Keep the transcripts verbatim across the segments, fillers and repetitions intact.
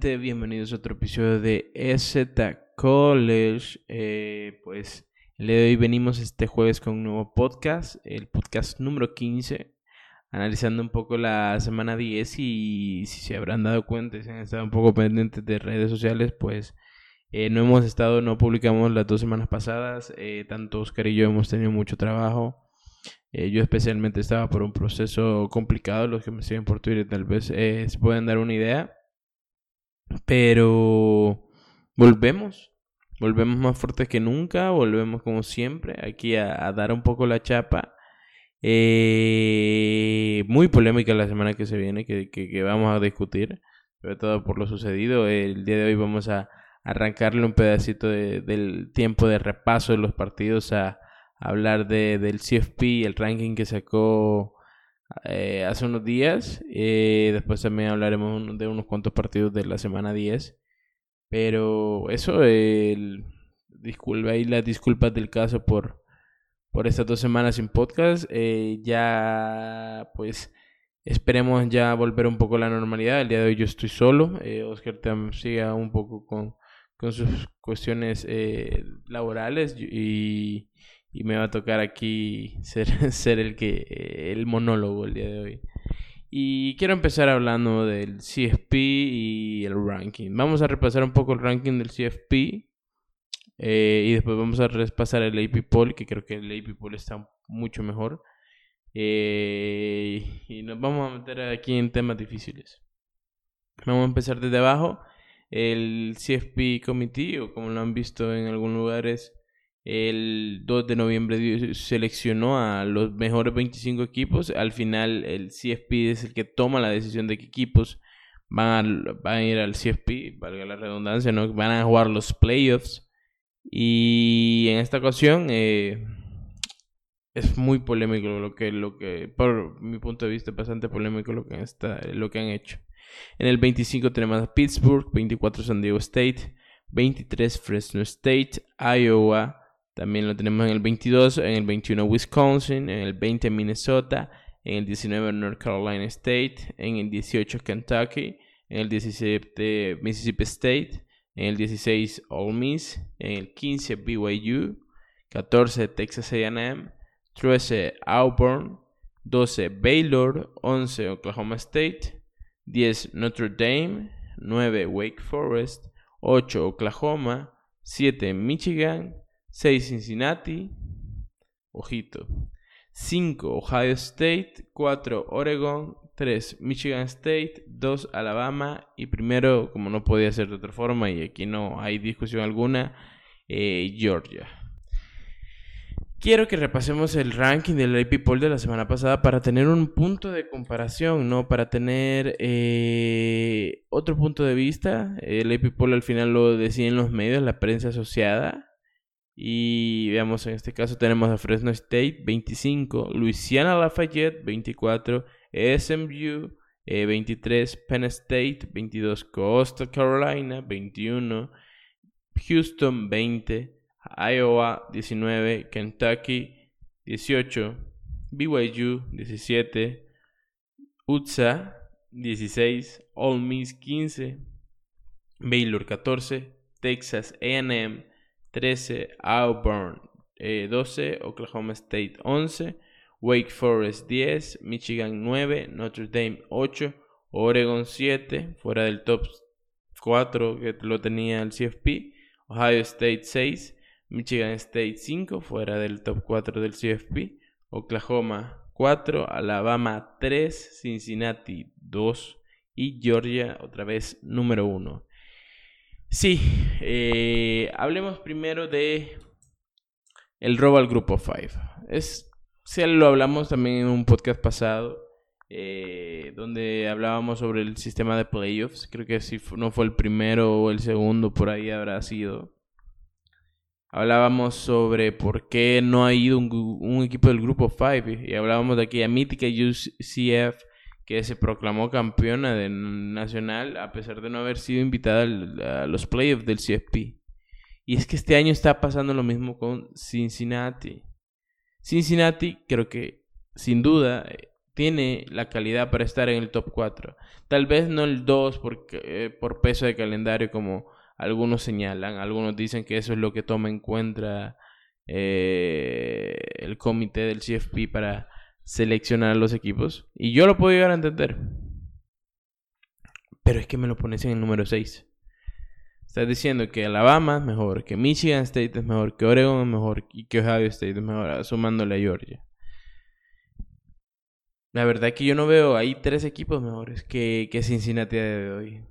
gente, bienvenidos a otro episodio de E Z College. Eh, pues el día de hoy venimos este jueves con un nuevo podcast, el podcast número quince, analizando un poco la semana diez y si se habrán dado cuenta, si han estado un poco pendientes de redes sociales, pues eh, no hemos estado, no publicamos las dos semanas pasadas, eh, tanto Oscar y yo hemos tenido mucho trabajo. Eh, yo especialmente estaba por un proceso complicado, los que me siguen por Twitter tal vez eh, se pueden dar una idea. Pero volvemos, volvemos más fuertes que nunca, volvemos como siempre aquí a, a dar un poco la chapa. Eh, muy polémica la semana que se viene, que, que, que vamos a discutir, sobre todo por lo sucedido. El día de hoy vamos a arrancarle un pedacito de, del tiempo de repaso de los partidos, a, a hablar de, del C F P, el ranking que sacó Eh, hace unos días. Eh, después también hablaremos de unos cuantos partidos de la semana diez. Pero eso, el, disculpa y las disculpas del caso por, por estas dos semanas sin podcast. Eh, ya, pues, esperemos ya volver un poco a la normalidad. El día de hoy yo estoy solo. Eh, Oscar también sigue un poco con, con sus cuestiones eh, laborales y... Y me va a tocar aquí ser, ser el que el monólogo el día de hoy. Y quiero empezar hablando del C F P y el ranking. Vamos a repasar un poco el ranking del C F P. Eh, y después vamos a repasar el A P Poll, que creo que el A P Poll está mucho mejor. Eh, y nos vamos a meter aquí en temas difíciles. Vamos a empezar desde abajo. El C F P Committee, o como lo han visto en algunos lugares, el dos de noviembre seleccionó a los mejores veinticinco equipos. Al final el C F P es el que toma la decisión de qué equipos van a, van a ir al C F P, valga la redundancia, ¿no? Van a jugar los playoffs. Y en esta ocasión eh, es muy polémico lo que, lo que, por mi punto de vista, es bastante polémico lo que, está, lo que han hecho. En el veinticinco tenemos a Pittsburgh, veinticuatro San Diego State, veintitrés Fresno State, Iowa. También lo tenemos en el veintidós, en el veintiuno Wisconsin, en el veinte Minnesota, en el diecinueve North Carolina State, en el dieciocho Kentucky, en el diecisiete Mississippi State, en el dieciséis Ole Miss, en el quince B Y U, catorce Texas A and M, trece Auburn, doce Baylor, once Oklahoma State, diez Notre Dame, nueve Wake Forest, ocho Oklahoma, siete Michigan, seis Cincinnati, ojito, cinco Ohio State, cuatro Oregon, tres Michigan State, dos Alabama y primero, como no podía ser de otra forma y aquí no hay discusión alguna, eh, Georgia. Quiero que repasemos el ranking del A P Poll de la semana pasada para tener un punto de comparación, ¿no? Para tener eh, otro punto de vista. El A P Poll al final lo deciden los medios, la prensa asociada. Y veamos, en este caso tenemos a Fresno State veinticinco, Louisiana Lafayette veinticuatro, S M U eh, veintitrés, Penn State veintidós, Coastal Carolina veintiuno, Houston veinte, Iowa diecinueve, Kentucky dieciocho, B Y U diecisiete, U T S A dieciséis, Ole Miss quince, Baylor catorce, Texas A and M trece, Auburn eh, doce, Oklahoma State once, Wake Forest diez, Michigan nueve, Notre Dame ocho, Oregon siete, fuera del top cuatro que lo tenía el C F P, Ohio State seis, Michigan State cinco, fuera del top cuatro del C F P, Oklahoma cuatro, Alabama tres, Cincinnati dos y Georgia otra vez número uno. Sí, eh, hablemos primero de el robo al grupo cinco. Es, sí, lo hablamos también en un podcast pasado, eh, donde hablábamos sobre el sistema de playoffs. Creo que si no fue el primero o el segundo, por ahí habrá sido. Hablábamos sobre por qué no ha ido un, un equipo del grupo cinco y hablábamos de aquella mítica U C F que se proclamó campeona de nacional a pesar de no haber sido invitada a los playoffs del C F P. Y es que este año está pasando lo mismo con Cincinnati. Cincinnati creo que sin duda tiene la calidad para estar en el top cuatro. Tal vez no el dos porque, eh, por peso de calendario como algunos señalan. Algunos dicen que eso es lo que toma en cuenta eh, el comité del C F P para seleccionar a los equipos. Y yo lo puedo llegar a entender. Pero es que me lo pones en el número seis. Estás diciendo que Alabama es mejor, que Michigan State es mejor, que Oregon es mejor y que Ohio State es mejor, sumándole a Georgia. La verdad es que yo no veo ahí tres equipos mejores que, que Cincinnati a día de hoy.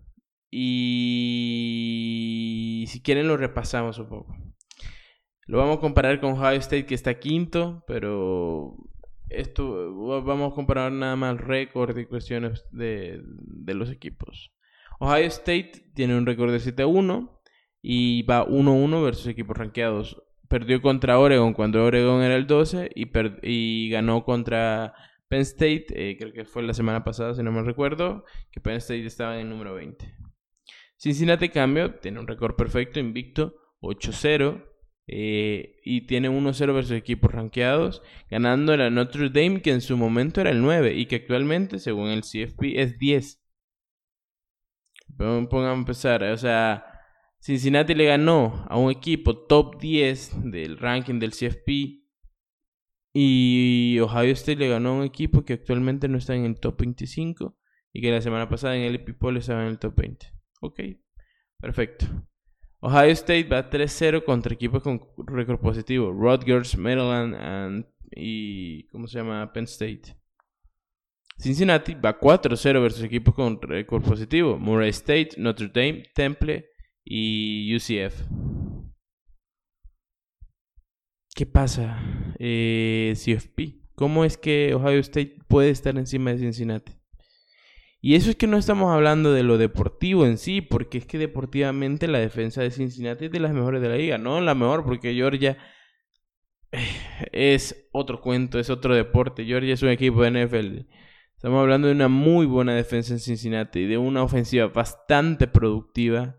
Y si quieren lo repasamos un poco. Lo vamos a comparar con Ohio State, que está quinto, pero esto vamos a comparar nada más récord y cuestiones de, de los equipos. Ohio State tiene un récord de siete a uno y va uno a uno versus equipos rankeados. Perdió contra Oregon cuando Oregon era el doce y, per- y ganó contra Penn State, eh, creo que fue la semana pasada, si no me recuerdo, que Penn State estaba en el número veinte. Cincinnati, cambio, tiene un récord perfecto, invicto, ocho a cero. Eh, y tiene uno a cero versus equipos rankeados, ganando la Notre Dame, que en su momento era el nueve y que actualmente, según el C F P, es diez. Pongamos a empezar, o sea, Cincinnati le ganó a un equipo top diez del ranking del C F P y Ohio State le ganó a un equipo que actualmente no está en el top veinticinco y que la semana pasada en el A P Poll estaba en el top veinte. Ok, perfecto. Ohio State va tres a cero contra equipos con récord positivo. Rutgers, Maryland and, y ¿cómo se llama? Penn State. Cincinnati va cuatro a cero versus equipos con récord positivo. Murray State, Notre Dame, Temple y U C F. ¿Qué pasa? Eh, C F P. ¿Cómo es que Ohio State puede estar encima de Cincinnati? Y eso es que no estamos hablando de lo deportivo en sí, porque es que deportivamente la defensa de Cincinnati es de las mejores de la liga. No la mejor, porque Georgia es otro cuento, es otro deporte. Georgia es un equipo de N F L. Estamos hablando de una muy buena defensa en Cincinnati, de una ofensiva bastante productiva,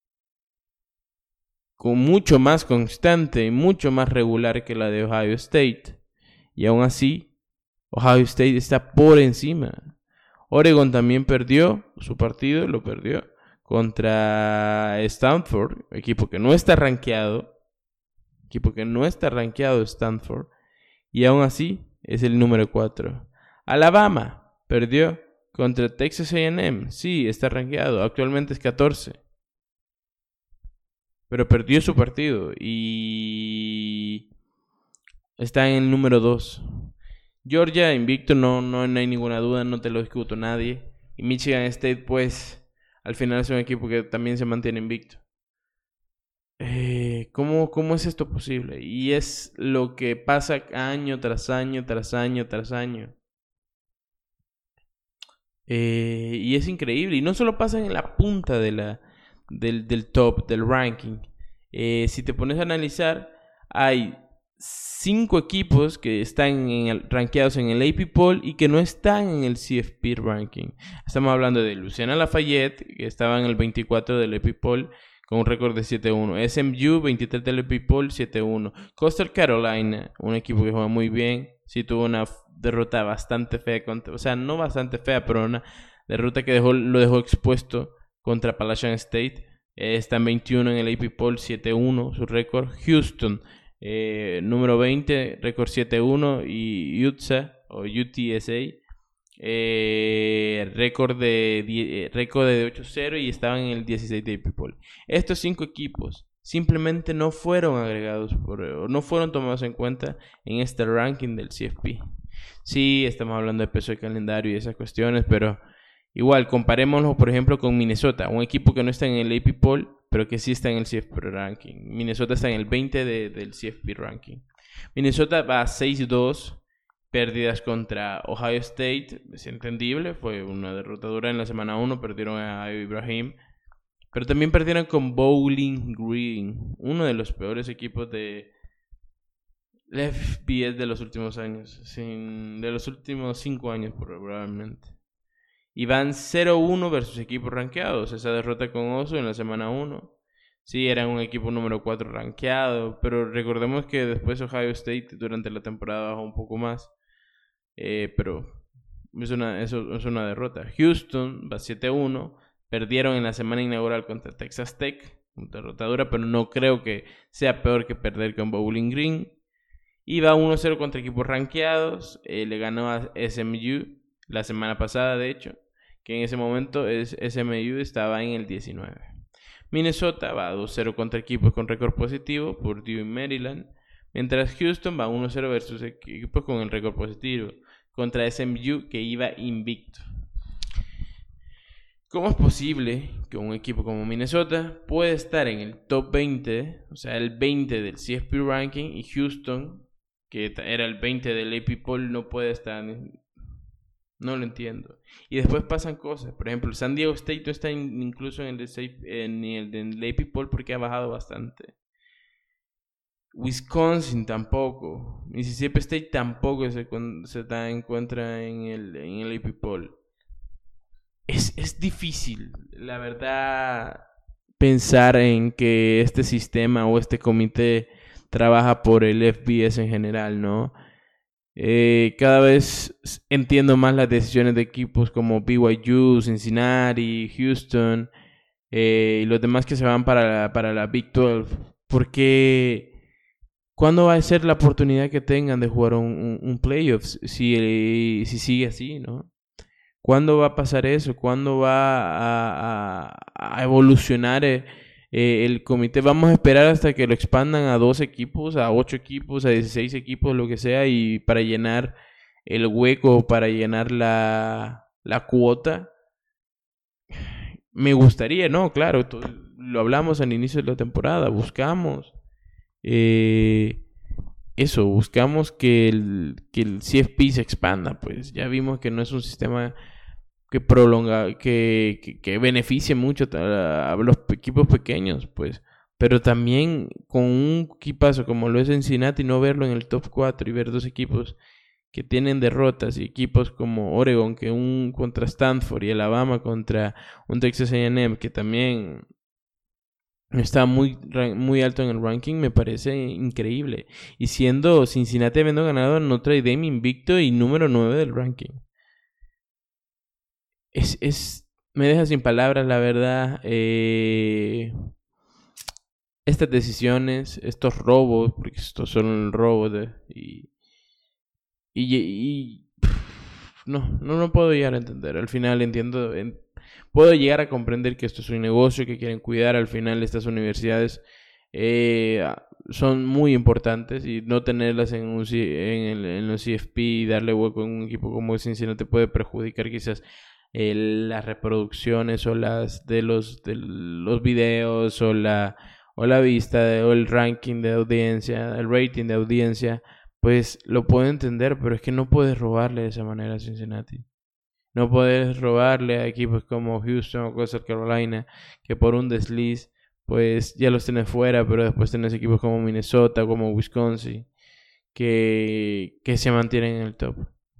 con mucho más constante y mucho más regular que la de Ohio State. Y aún así, Ohio State está por encima. Oregon también perdió su partido, lo perdió contra Stanford, equipo que no está rankeado, equipo que no está rankeado Stanford, y aún así es el número cuatro. Alabama perdió contra Texas A and M, sí, está rankeado, actualmente es catorce, pero perdió su partido y está en el número dos. Georgia, invicto, no, no, no hay ninguna duda, no te lo discuto nadie. Y Michigan State, pues, al final es un equipo que también se mantiene invicto. Eh, ¿cómo, ¿Cómo es esto posible? Y es lo que pasa año tras año, tras año, tras año. Eh, y es increíble. Y no solo pasa en la punta de la, del, del top, del ranking. Eh, si te pones a analizar, hay cinco equipos que están en el, rankeados en el A P Poll y que no están en el C F P ranking. Estamos hablando de Louisiana Lafayette, que estaba en el veinticuatro del A P Poll con un récord de siete a uno. S M U, veintitrés del A P Poll, siete a uno. Coastal Carolina, un equipo que juega muy bien, sí tuvo una derrota bastante fea, contra, o sea, no bastante fea, pero una derrota que dejó, lo dejó expuesto contra Appalachian State. Eh, está en veintiuno en el A P Poll, siete a uno su récord. Houston, Eh, número veinte, récord siete a uno, y U T S A o U T S A, eh, récord de eh, récord de ocho a cero y estaban en el dieciséis de A P Poll. Estos cinco equipos simplemente no fueron agregados por, o no fueron tomados en cuenta en este ranking del C F P. Sí, estamos hablando de peso de calendario y esas cuestiones, pero igual, comparémoslo, por ejemplo, con Minnesota, un equipo que no está en el A P Poll, pero que sí está en el C F P ranking. Minnesota está en el veinte de, del C F P ranking. Minnesota va a seis a dos, pérdidas contra Ohio State, es entendible, fue una derrota dura en la semana uno, perdieron a Ibrahim, pero también perdieron con Bowling Green, uno de los peores equipos de la F B S de los últimos años, sin, de los últimos cinco años probablemente. Y van cero a uno versus equipos rankeados. Esa derrota con Oso en la semana uno. Sí, eran un equipo número cuatro rankeado. Pero recordemos que después Ohio State durante la temporada bajó un poco más. Eh, pero es una, eso es una derrota. Houston va siete a uno. Perdieron en la semana inaugural contra Texas Tech. Una derrota dura, pero no creo que sea peor que perder con Bowling Green. Y va uno a cero contra equipos rankeados. Eh, le ganó a S M U la semana pasada, de hecho. Que en ese momento es, S M U estaba en el diecinueve. Minnesota va dos a cero contra equipos con récord positivo, Purdue y Maryland. Mientras Houston va uno a cero versus equipos con el récord positivo, contra S M U que iba invicto. ¿Cómo es posible que un equipo como Minnesota pueda estar en el top veinte, o sea, el veinte del C F P ranking, y Houston, que era el veinte del A P Poll, no puede estar? No lo entiendo. Y después pasan cosas. Por ejemplo, San Diego State no está in, incluso en el, en el, en el A P Poll porque ha bajado bastante. Wisconsin tampoco. Mississippi State tampoco se, se da, encuentra en el, en el A P Poll. Es, es difícil, la verdad, pensar en que este sistema o este comité trabaja por el F B S en general, ¿no? Eh, cada vez entiendo más las decisiones de equipos como B Y U, Cincinnati, Houston eh, y los demás que se van para la, para la Big doce. Porque ¿cuándo va a ser la oportunidad que tengan de jugar un, un, un playoff si, si sigue así, ¿no? ¿Cuándo va a pasar eso? ¿Cuándo va a, a, a evolucionar eh, eh, el comité? Vamos a esperar hasta que lo expandan a dos equipos, a ocho equipos, a dieciséis equipos, lo que sea, y para llenar el hueco, para llenar la, la cuota. Me gustaría, ¿no? Claro, to- lo hablamos al inicio de la temporada, buscamos eh, eso, buscamos que el, que el C F P se expanda, pues ya vimos que no es un sistema que prolonga, que, que, que beneficie mucho a, a los equipos pequeños, pues. Pero también con un equipazo como lo es Cincinnati, no verlo en el top cuatro y ver dos equipos que tienen derrotas y equipos como Oregon, que un contra Stanford, y Alabama contra un Texas A and M, que también está muy, muy alto en el ranking, me parece increíble. Y siendo Cincinnati habiendo ganado Notre Dame invicto y número nueve del ranking. Es, es, me deja sin palabras, la verdad. Eh, estas decisiones, estos robos, porque estos son robos de, y, y, y pff, no, no, no puedo llegar a entender. Al final entiendo, en, puedo llegar a comprender que esto es un negocio, que quieren cuidar. Al final estas universidades eh, son muy importantes y no tenerlas en, un, en, el, en los C F P y darle hueco en un equipo como Cincinnati puede perjudicar quizás eh, las reproducciones o las de los de los videos o la o la vista de, o el ranking de audiencia, el rating de audiencia, pues lo puedo entender, pero es que no puedes robarle de esa manera a Cincinnati. No puedes robarle a equipos como Houston o Coastal Carolina, que por un desliz pues ya los tienes fuera, pero después tienes equipos como Minnesota, como Wisconsin, que, que se mantienen en el top.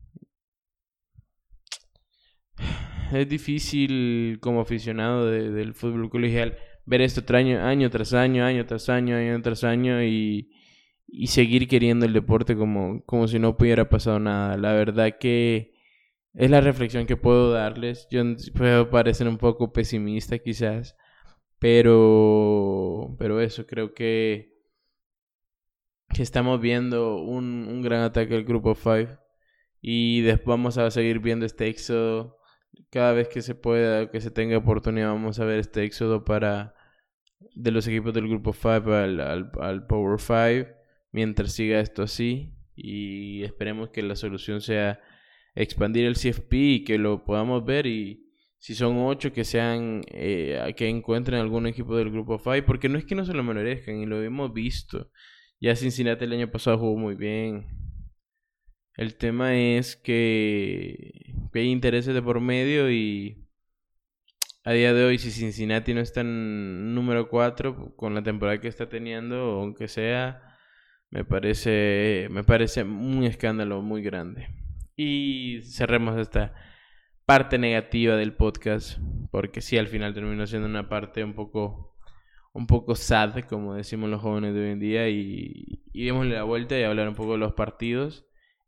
Es difícil como aficionado de, del fútbol colegial ver esto año, año tras año, año tras año, año tras año y, y seguir queriendo el deporte como, como si no hubiera pasado nada. La verdad que es la reflexión que puedo darles. Yo puedo parecer un poco pesimista quizás, pero, pero eso, creo que, que estamos viendo un, un gran ataque al grupo cinco y después vamos a seguir viendo este éxodo. Cada vez que se pueda, que se tenga oportunidad, vamos a ver este éxodo para de los equipos del grupo cinco al, al, al Power cinco, mientras siga esto así, y esperemos que la solución sea expandir el C F P y que lo podamos ver, y si son ocho que sean eh, que encuentren algún equipo del grupo cinco, porque no es que no se lo merezcan y lo hemos visto. Ya Cincinnati el año pasado jugó muy bien. El tema es que, que hay intereses de por medio y a día de hoy si Cincinnati no está en número cuatro con la temporada que está teniendo, aunque sea, me parece me parece un escándalo muy grande. Y cerremos esta parte negativa del podcast, porque sí, al final terminó siendo una parte un poco un poco sad, como decimos los jóvenes de hoy en día, y, y démosle la vuelta y hablar un poco de los partidos.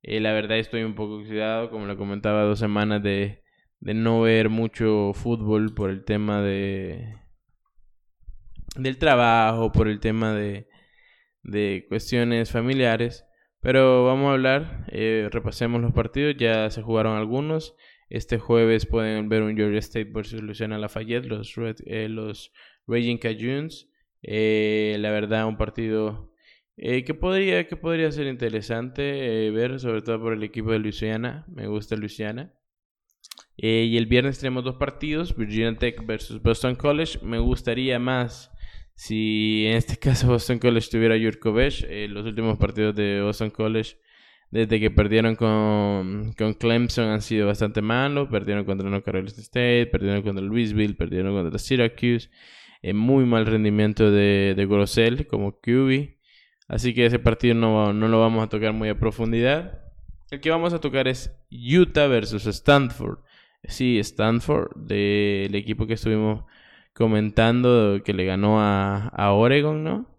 Eh, la verdad estoy un poco oxidado, como le comentaba, dos semanas de, de no ver mucho fútbol por el tema de del trabajo, por el tema de, de cuestiones familiares. Pero vamos a hablar, eh, repasemos los partidos, ya se jugaron algunos. Este jueves pueden ver un Georgia State versus Louisiana Lafayette, los, Red, eh, los Raging Cajuns. Eh, la verdad, un partido eh, que, podría, que podría ser interesante eh, ver, sobre todo por el equipo de Louisiana. Me gusta Louisiana. Eh, y el viernes tenemos dos partidos, Virginia Tech versus Boston College. Me gustaría más si en este caso Boston College tuviera Jurkovec. Eh, los últimos partidos de Boston College, desde que perdieron con, con Clemson, han sido bastante malos. Perdieron contra North Carolina State, perdieron contra Louisville, perdieron contra Syracuse. Eh, muy mal rendimiento de, de Grosel como Q B. Así que ese partido no, no lo vamos a tocar muy a profundidad. El que vamos a tocar es Utah versus Stanford. Sí, Stanford, del equipo que estuvimos comentando, que le ganó a, a Oregon, ¿no?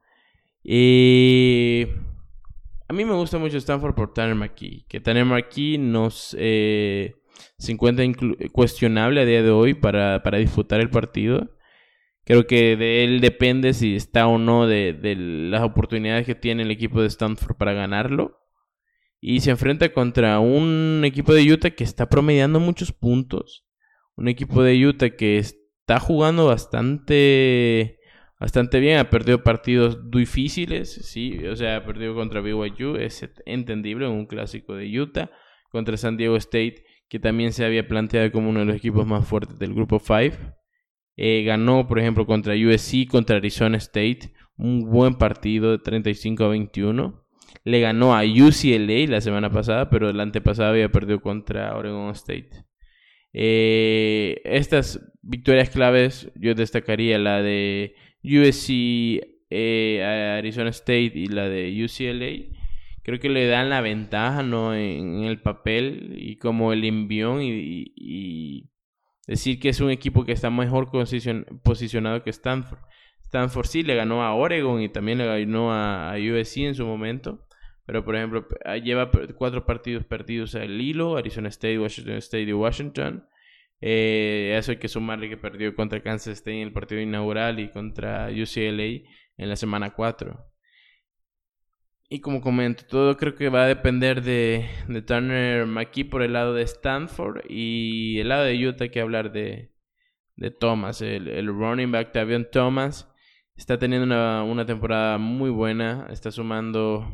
Y a mí me gusta mucho Stanford por Tanner McKee. Que Tanner McKee nos eh, se encuentra cuestionable a día de hoy para, para disputar el partido. Creo que de él depende si está o no de, de las oportunidades que tiene el equipo de Stanford para ganarlo. Y se enfrenta contra un equipo de Utah que está promediando muchos puntos. Un equipo de Utah que está jugando bastante, bastante bien. Ha perdido partidos difíciles, sí. O sea, ha perdido contra B Y U, es entendible, en un clásico de Utah. Contra San Diego State, que también se había planteado como uno de los equipos más fuertes del grupo cinco. Eh, ganó, por ejemplo, contra U S C, contra Arizona State. Un buen partido de treinta y cinco a veintiuno. Le ganó a U C L A la semana pasada, pero la antepasada había perdido contra Oregon State. Eh, estas victorias claves, yo destacaría la de U S C, eh, Arizona State y la de U C L A. Creo que le dan la ventaja, ¿no?, en, en el papel y como el envión y, y, y decir que es un equipo que está mejor posición, posicionado que Stanford. Stanford sí le ganó a Oregon y también le ganó a, a U S C en su momento. Pero, por ejemplo, lleva cuatro partidos perdidos al hilo: Arizona State, Washington State y Washington. Eh, eso hay que sumarle que perdió contra Kansas State en el partido inaugural y contra U C L A en la semana cuatro. Y como comento, todo creo que va a depender de, de Tanner McKee por el lado de Stanford, y el lado de Utah hay que hablar de, de Thomas, el, el running back Tavion Thomas. Está teniendo una, una temporada muy buena, está sumando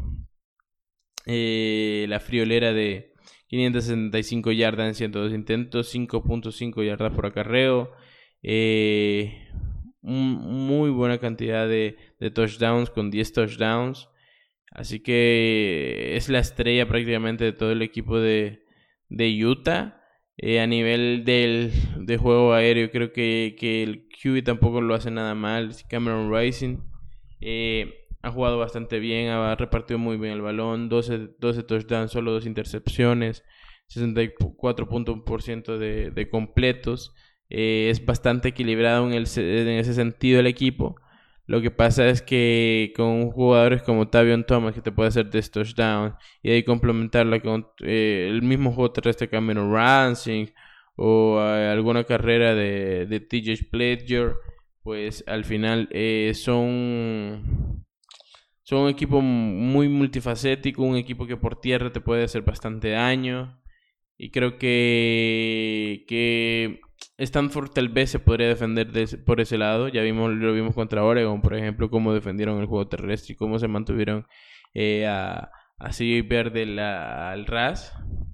eh, la friolera de quinientas setenta y cinco yardas en ciento dos intentos, cinco punto cinco yardas por acarreo, eh, un, muy buena cantidad de, de touchdowns, con diez touchdowns. Así que es la estrella prácticamente de todo el equipo de, de Utah. Eh, a nivel del, de juego aéreo, creo que, que el Q B tampoco lo hace nada mal. Cameron Rising eh, ha jugado bastante bien, ha repartido muy bien el balón, doce, doce touchdowns, solo dos intercepciones, sesenta y cuatro punto uno por ciento de, de completos. Eh, es bastante equilibrado en, el, en ese sentido el equipo. Lo que pasa es que con jugadores como Tavion Thomas, que te puede hacer de touchdown, y ahí complementarla con eh, el mismo juego terrestre Cameron Rising o eh, alguna carrera de, de T J Pledger, pues al final eh, son, son un equipo muy multifacético, un equipo que por tierra te puede hacer bastante daño. Y creo que, que Stanford tal vez se podría defender de ese, por ese lado. Ya vimos, lo vimos contra Oregon, por ejemplo, cómo defendieron el juego terrestre y cómo se mantuvieron eh, a, así verde la, al ras.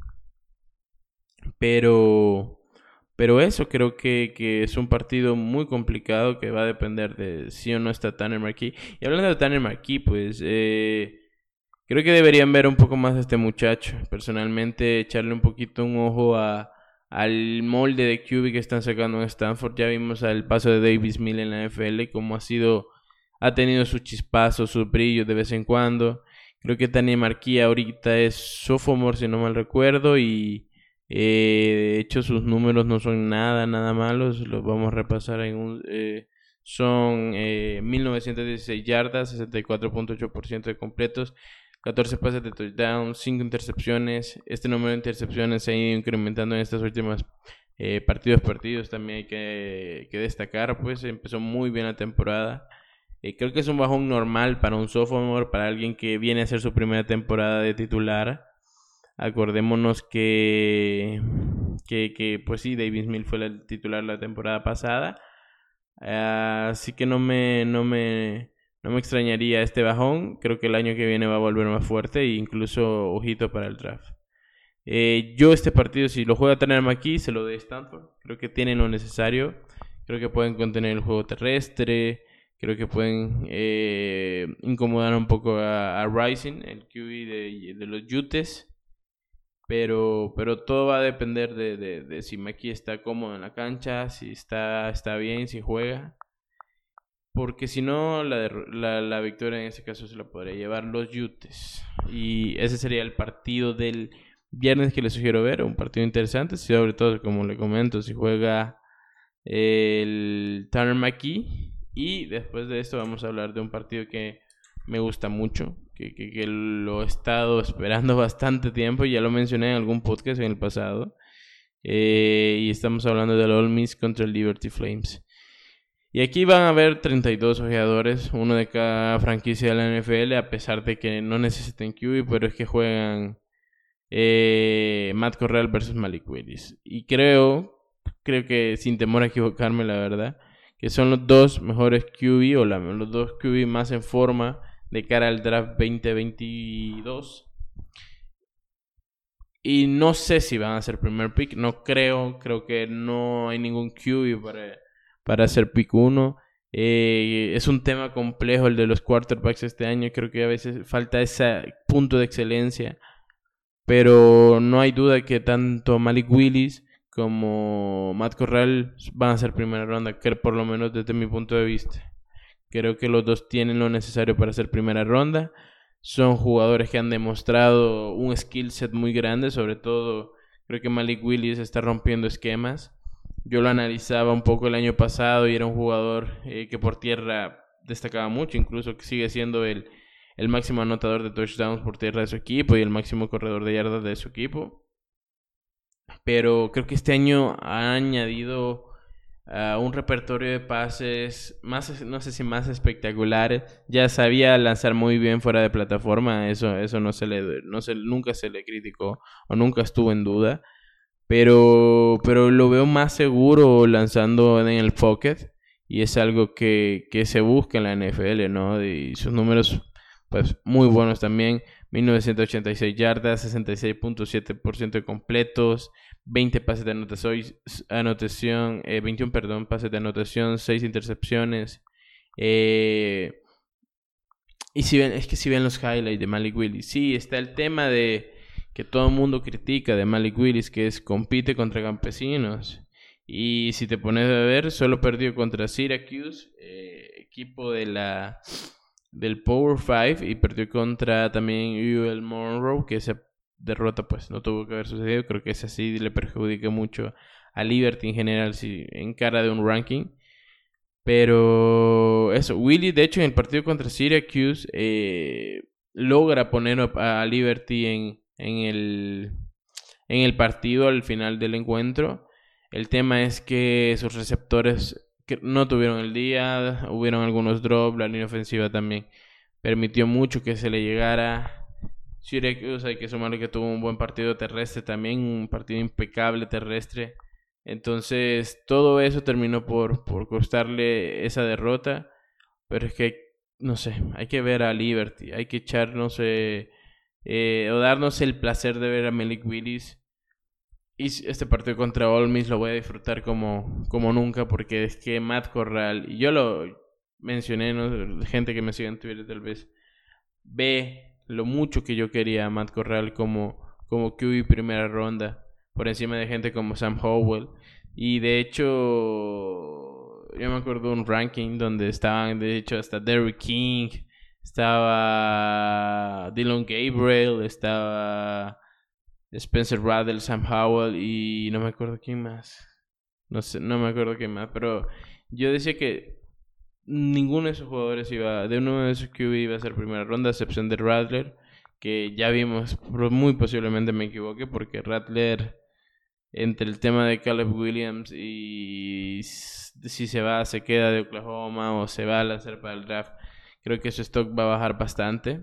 Pero, pero eso creo que, que es un partido muy complicado que va a depender de si o no está Tanner McKee. Y hablando de Tanner McKee, pues Eh, creo que deberían ver un poco más a este muchacho. Personalmente, echarle un poquito un ojo a, al molde de Q B que están sacando en Stanford. Ya vimos el paso de Davis Mills en la N F L, cómo ha sido, ha tenido sus chispazos, sus brillos de vez en cuando. Creo que Tanner McKee ahorita es sophomore, si no mal recuerdo, y eh, de hecho sus números no son nada, nada malos. Los vamos a repasar en un... Eh, son eh, mil novecientas dieciséis yardas, sesenta y cuatro punto ocho por ciento de completos. catorce pases de touchdown, cinco intercepciones. Este número de intercepciones se ha ido incrementando en estas últimas eh, partidos partidos. También hay que, que destacar, pues empezó muy bien la temporada. Eh, creo que es un bajón normal para un sophomore, para alguien que viene a hacer su primera temporada de titular. Acordémonos que, que, que pues sí, Davis Mills fue el titular la temporada pasada. Uh, así que no me, no, me, no me extrañaría este bajón. Creo que el año que viene va a volver más fuerte e incluso ojito para el draft. Eh, yo este partido, si lo juega Tanner McKee, se lo doy a Stanford. Creo que tienen lo necesario. Creo que pueden contener el juego terrestre. Creo que pueden eh, incomodar un poco a, a Rising, el Q B de, de los Utes. Pero, pero todo va a depender de, de, de si McKee está cómodo en la cancha, si está, está bien, si juega. Porque si no, la, la, la victoria en ese caso se la podría llevar los Utes. Y ese sería el partido del viernes que les sugiero ver. Un partido interesante, sobre todo, como le comento, si juega el Tanner McKee. Y después de esto vamos a hablar de un partido que me gusta mucho, que, que, que lo he estado esperando bastante tiempo. Ya lo mencioné en algún podcast en el pasado. Eh, y estamos hablando del Ole Miss contra el Liberty Flames. Y aquí van a haber treinta y dos ojeadores, uno de cada franquicia de la N F L, a pesar de que no necesiten Q B, pero es que juegan eh, Matt Corral versus Malik Willis. Y creo, creo que sin temor a equivocarme, la verdad, que son los dos mejores Q B o la, los dos Q B más en forma de cara al draft veinte veintidós. Y no sé si van a ser primer pick, no creo, creo que no hay ningún Q B para, para hacer pick uno. Eh, es un tema complejo el de los quarterbacks este año, creo que a veces falta ese punto de excelencia. Pero no hay duda que tanto Malik Willis como Matt Corral van a ser primera ronda, que por lo menos desde mi punto de vista. Creo que los dos tienen lo necesario para ser primera ronda. Son jugadores que han demostrado un skill set muy grande, sobre todo creo que Malik Willis está rompiendo esquemas. Yo lo analizaba un poco el año pasado y era un jugador eh, que por tierra destacaba mucho, incluso que sigue siendo el, el máximo anotador de touchdowns por tierra de su equipo y el máximo corredor de yardas de su equipo. Pero creo que este año ha añadido uh, un repertorio de pases más, no sé si más espectaculares. Ya sabía lanzar muy bien fuera de plataforma, eso, eso no se le, no se, nunca se le criticó o nunca estuvo en duda. Pero, pero lo veo más seguro lanzando en el pocket y es algo que, que se busca en la N F L, ¿no? Y sus números, pues, muy buenos también. mil novecientos ochenta y seis yardas, sesenta y seis punto siete por ciento de completos, veinte pases de anotación, anotación eh, veintiuno, perdón, pases de anotación, seis intercepciones. Eh, y si ven, es que si ven los highlights de Malik Willis, sí, está el tema de que todo el mundo critica de Malik Willis, que es compite contra campesinos. Y si te pones a ver, solo perdió contra Syracuse, eh, equipo de la del Power cinco, y perdió contra también U L Monroe, que esa derrota pues no tuvo que haber sucedido. Creo que esa sí le perjudica mucho a Liberty en general, si en cara de un ranking. Pero eso, Willis, de hecho, en el partido contra Syracuse, eh, logra poner a Liberty en, en, el, en el partido al final del encuentro. El tema es que sus receptores que no tuvieron el día, hubieron algunos drops, la línea ofensiva también permitió mucho que se le llegara. Syracuse, hay que sumarle que tuvo un buen partido terrestre también, un partido impecable terrestre. Entonces, todo eso terminó por, por costarle esa derrota. Pero es que, no sé, hay que ver a Liberty. Hay que echarnos, eh, eh, o darnos el placer de ver a Malik Willis. Y este partido contra Ole Miss lo voy a disfrutar como, como nunca. Porque es que Matt Corral, y yo lo mencioné, ¿no? Gente que me sigue en Twitter tal vez, ve lo mucho que yo quería a Matt Corral como, como Q B primera ronda, por encima de gente como Sam Howell. Y de hecho, yo me acuerdo de un ranking donde estaban, de hecho, hasta Derrick King, estaba Dylan Gabriel, estaba Spencer Rattler, Sam Howell y no me acuerdo quién más. No sé, no me acuerdo quién más, pero yo decía que ninguno de esos jugadores iba, de uno de esos Q B iba a ser primera ronda, a excepción de Rattler, que ya vimos, muy posiblemente me equivoque, porque Rattler, entre el tema de Caleb Williams y si se va, se queda de Oklahoma o se va a lanzar para el draft, creo que su stock va a bajar bastante.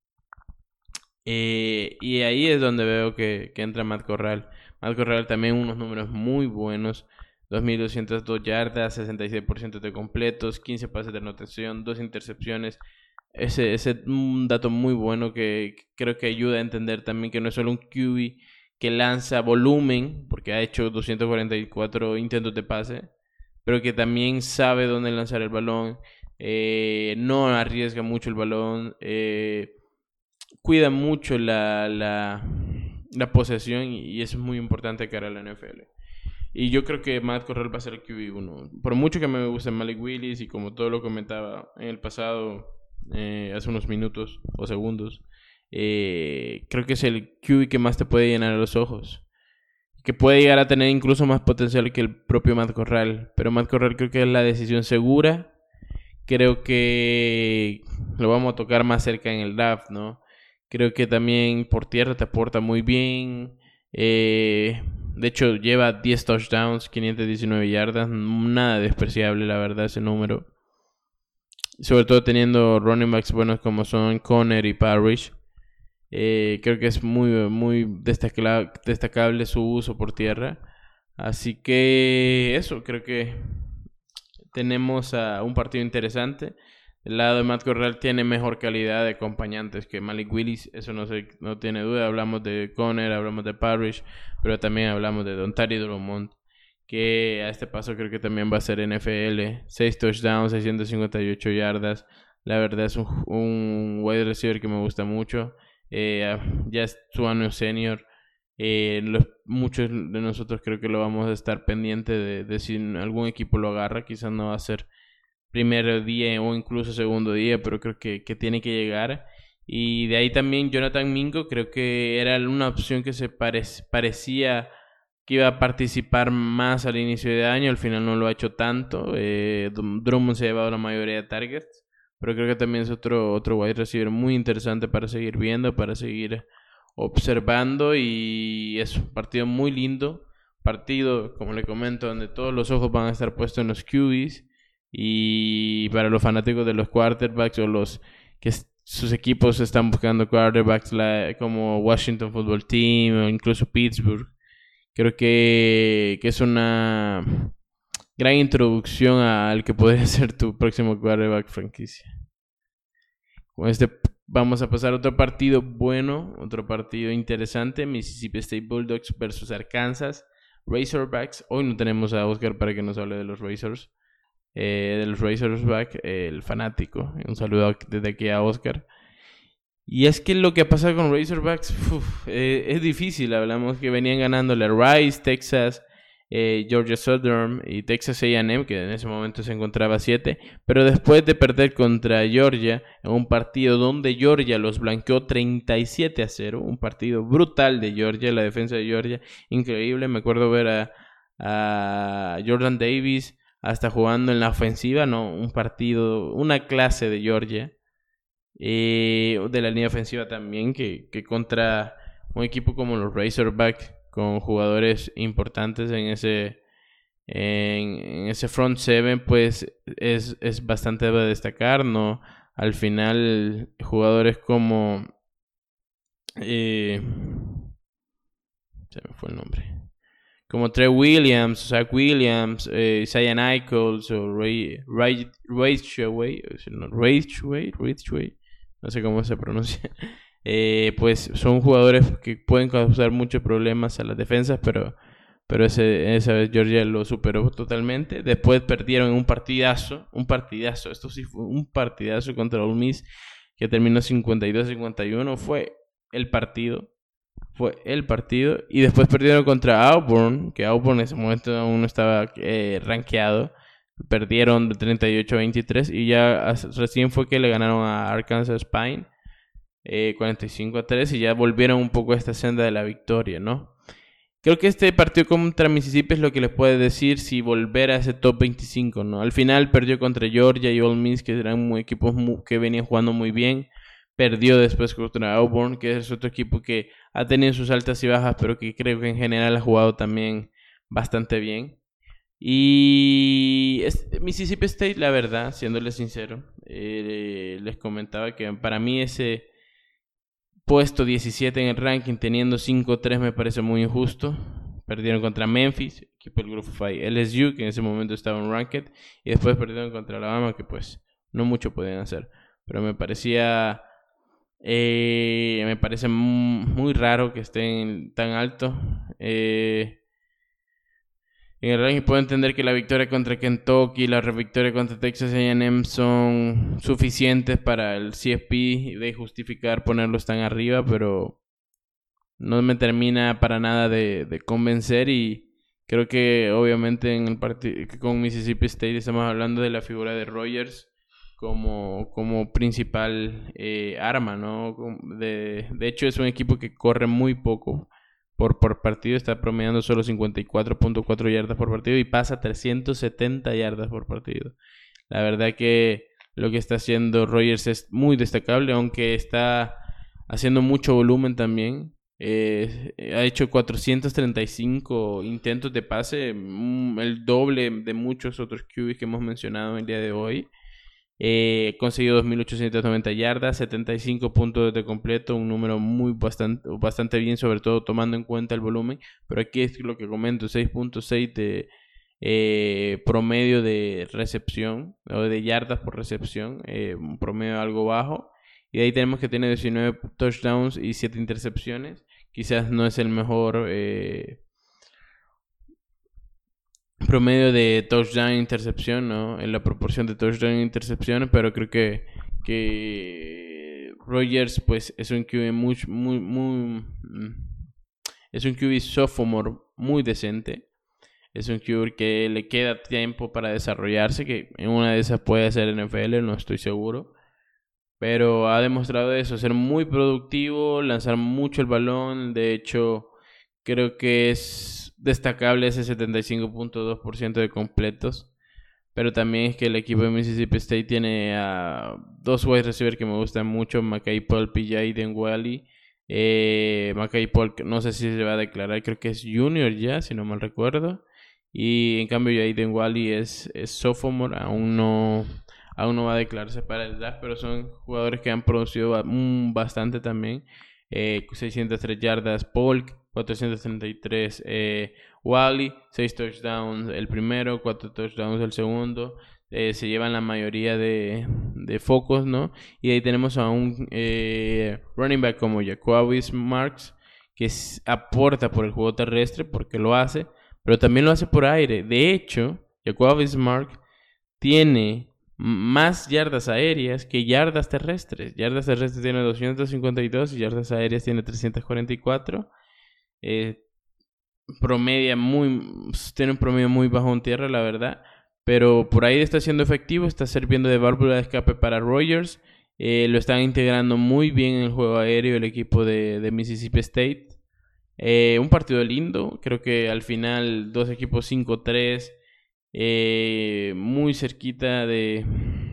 Eh, y ahí es donde veo que, que entra Matt Corral. Matt Corral también unos números muy buenos. dos mil doscientas dos yardas, sesenta y seis por ciento de completos, quince pases de anotación, dos intercepciones. Ese es un dato muy bueno que creo que ayuda a entender también que no es solo un Q B que lanza volumen, porque ha hecho doscientos cuarenta y cuatro intentos de pase, pero que también sabe dónde lanzar el balón, eh, no arriesga mucho el balón, eh, cuida mucho la, la, la posesión, y eso es muy importante cara a la N F L. Y yo creo que Matt Corral va a ser el Q B uno. Por mucho que me guste Malik Willis, y como todo lo comentaba en el pasado, eh, hace unos minutos o segundos, eh, creo que es el Q B que más te puede llenar los ojos, que puede llegar a tener incluso más potencial que el propio Matt Corral. Pero Matt Corral creo que es la decisión segura. Creo que lo vamos a tocar más cerca en el draft, ¿no? Creo que también por tierra te aporta muy bien. Eh, de hecho, lleva diez touchdowns, quinientas diecinueve yardas. Nada despreciable, la verdad, ese número. Sobre todo teniendo running backs buenos como son Conner y Parrish. Eh, creo que es muy, muy destacable, destacable su uso por tierra. Así que eso, creo que tenemos a un partido interesante. El lado de Matt Corral tiene mejor calidad de acompañantes que Malik Willis, eso no, se, no tiene duda. Hablamos de Conner, hablamos de Parrish, pero también hablamos de Dontarie Drummond, que a este paso creo que también va a ser N F L. seis touchdowns, seiscientas cincuenta y ocho yardas. La verdad es un, un wide receiver que me gusta mucho. Eh, ya es su año senior. Eh, los, muchos de nosotros creo que lo vamos a estar pendiente de, de si algún equipo lo agarra. Quizás no va a ser primer día o incluso segundo día, pero creo que, que tiene que llegar. Y de ahí también Jonathan Mingo, creo que era una opción que se pare, parecía que iba a participar más al inicio de año. Al final no lo ha hecho tanto. eh, Drummond se ha llevado la mayoría de targets, pero creo que también es otro, otro wide receiver muy interesante para seguir viendo, para seguir observando. Y es un partido muy lindo, partido, como le comento, donde todos los ojos van a estar puestos en los Q Bs. Y para los fanáticos de los quarterbacks o los que sus equipos están buscando quarterbacks la, como Washington Football Team o incluso Pittsburgh, creo que, que es una gran introducción al que podría ser tu próximo quarterback franquicia. Con este vamos a pasar a otro partido bueno, otro partido interesante: Mississippi State Bulldogs versus Arkansas Razorbacks. Hoy no tenemos a Oscar para que nos hable de los Razors. Eh, de los Razorback, eh, el fanático. Un saludo desde aquí a Oscar. Y es que lo que pasa con Razorbacks uf, eh, es difícil. Hablamos que venían ganándole a Rice, Texas, eh, Georgia Southern y Texas A and M, que en ese momento se encontraba siete. Pero después de perder contra Georgia en un partido donde Georgia los blanqueó treinta y siete a cero, un partido brutal de Georgia, la defensa de Georgia, increíble. Me acuerdo ver a, a Jordan Davis hasta jugando en la ofensiva, no, un partido, una clase de Georgia, eh, de la línea ofensiva también, que, que contra un equipo como los Razorback, con jugadores importantes en ese, en, en ese front seven, pues es, es bastante de destacar, ¿no? Al final, jugadores como, eh, se me fue el nombre, como Trey Williams, Zach Williams, eh, Isaiah Nichols o Ray, Ray, Rachaway, no, Rachaway, Rachaway, no sé cómo se pronuncia, eh, pues son jugadores que pueden causar muchos problemas a las defensas, pero, pero ese, esa vez Georgia lo superó totalmente. Después perdieron en un partidazo, un partidazo, esto sí fue un partidazo contra Ole Miss, que terminó cincuenta y dos a cincuenta y uno, fue el partido. Fue el partido. Y después perdieron contra Auburn, que Auburn en ese momento aún no estaba eh, rankeado. Perdieron de treinta y ocho a veintitrés. Y ya recién fue que le ganaron a Arkansas Pine eh, cuarenta y cinco a tres. Y ya volvieron un poco a esta senda de la victoria, ¿no? Creo que este partido contra Mississippi es lo que les puede decir si volver a ese top veinticinco, ¿no? Al final perdió contra Georgia y Ole Miss, que eran muy equipos muy, que venían jugando muy bien. perdió después contra Auburn, que es otro equipo que ha tenido sus altas y bajas, pero que creo que en general ha jugado también bastante bien. Y Mississippi State, la verdad, siéndoles sincero, eh, les comentaba que para mí ese puesto diecisiete en el ranking, teniendo cinco tres, me parece muy injusto. Perdieron contra Memphis, equipo del Grupo five, L S U, que en ese momento estaba en ranked, y después perdieron contra Alabama, que pues no mucho podían hacer. Pero me parecía, eh, me parece muy raro que estén tan alto. Eh, en el ranking puedo entender que la victoria contra Kentucky y la victoria contra Texas A and M son suficientes para el C F P de justificar ponerlos tan arriba, pero no me termina para nada de, de convencer, y creo que obviamente en el partido con Mississippi State estamos hablando de la figura de Rogers como, como principal eh, arma, ¿no? De, de hecho es un equipo que corre muy poco por, por partido, está promediando solo cincuenta y cuatro punto cuatro yardas por partido y pasa trescientas setenta yardas por partido. La verdad que lo que está haciendo Rogers es muy destacable, aunque está haciendo mucho volumen también. Eh, ha hecho cuatrocientos treinta y cinco intentos de pase, el doble de muchos otros Q Bs que hemos mencionado el día de hoy. Eh, conseguido dos mil ochocientas noventa yardas, setenta y cinco puntos de completo, un número muy bastante, bastante bien, sobre todo tomando en cuenta el volumen. Pero aquí es lo que comento, seis punto seis de eh, promedio de recepción, o de yardas por recepción, eh, un promedio algo bajo. Y de ahí tenemos que tiene diecinueve touchdowns y siete intercepciones. Quizás no es el mejor eh, promedio de touchdown e intercepción, ¿no? En la proporción de touchdown e intercepción, pero creo que, que Rogers pues es un Q B muy, muy, muy es un Q B sophomore muy decente. Es un Q B que le queda tiempo para desarrollarse, que en una de esas puede ser N F L, no estoy seguro. Pero ha demostrado eso, ser muy productivo, lanzar mucho el balón. De hecho, creo que es destacable ese setenta y cinco punto dos por ciento de completos. Pero también es que el equipo de Mississippi State tiene a dos wide receivers que me gustan mucho, Mackay Polk y Jaden Wally. Eh, Mackay Polk no sé si se va a declarar, creo que es junior ya, si no mal recuerdo. Y en cambio Jaden Wally es, es sophomore, aún no... Aún no va a declararse para el draft, pero son jugadores que han producido bastante también. Eh, seiscientas tres yardas Polk, cuatrocientos treinta y tres eh, Wally, seis touchdowns el primero, cuatro touchdowns el segundo. Eh, se llevan la mayoría de, de focos, ¿no? Y ahí tenemos a un eh, running back como Jaquavis Marks, que es, aporta por el juego terrestre porque lo hace, pero también lo hace por aire. De hecho, Jaquavis Marks tiene más yardas aéreas que yardas terrestres. Yardas terrestres tiene doscientos cincuenta y dos y yardas aéreas tiene trescientos cuarenta y cuatro. Eh, promedia muy, tiene un promedio muy bajo en tierra, la verdad. Pero por ahí está siendo efectivo, está sirviendo de válvula de escape para Rogers. Eh, lo están integrando muy bien en el juego aéreo el equipo de, de Mississippi State. Eh, un partido lindo, creo que al final dos equipos cinco tres. Eh, muy cerquita de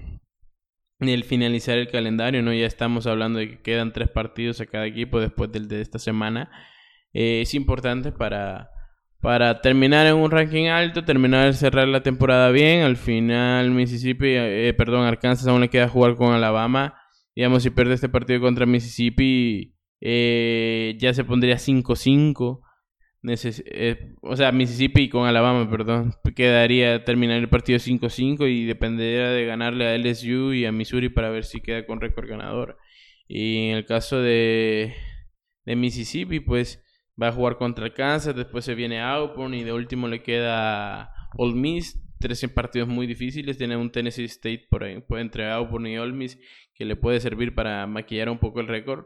el finalizar el calendario, ¿no? Ya estamos hablando de que quedan tres partidos a cada equipo después del de esta semana. Eh, es importante para, para terminar en un ranking alto, terminar, cerrar la temporada bien. Al final Mississippi, eh, perdón, Arkansas aún le queda jugar con Alabama. Digamos, si pierde este partido contra Mississippi, eh, ya se pondría cinco cinco. Neces eh, o sea, Mississippi con Alabama, perdón, quedaría terminar el partido cinco cinco y dependería de ganarle a L S U y a Missouri para ver si queda con récord ganador. Y en el caso de, de Mississippi, pues va a jugar contra Kansas, después se viene Auburn y de último le queda Ole Miss. Tres partidos muy difíciles, tiene un Tennessee State por ahí, pues, entre Auburn y Ole Miss, que le puede servir para maquillar un poco el récord.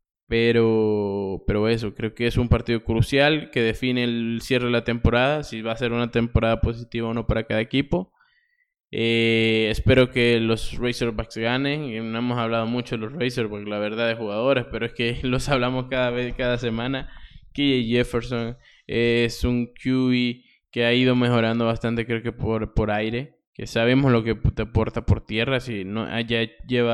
Pero, pero eso, creo que es un partido crucial que define el cierre de la temporada, si va a ser una temporada positiva o no para cada equipo. Eh, espero que los Razorbacks ganen. No hemos hablado mucho de los Razorbacks, la verdad, de jugadores, pero es que los hablamos cada vez, cada semana. K J Jefferson es un Q B que ha ido mejorando bastante, creo que por, por aire, que sabemos lo que te aporta por tierra. Si no, ya lleva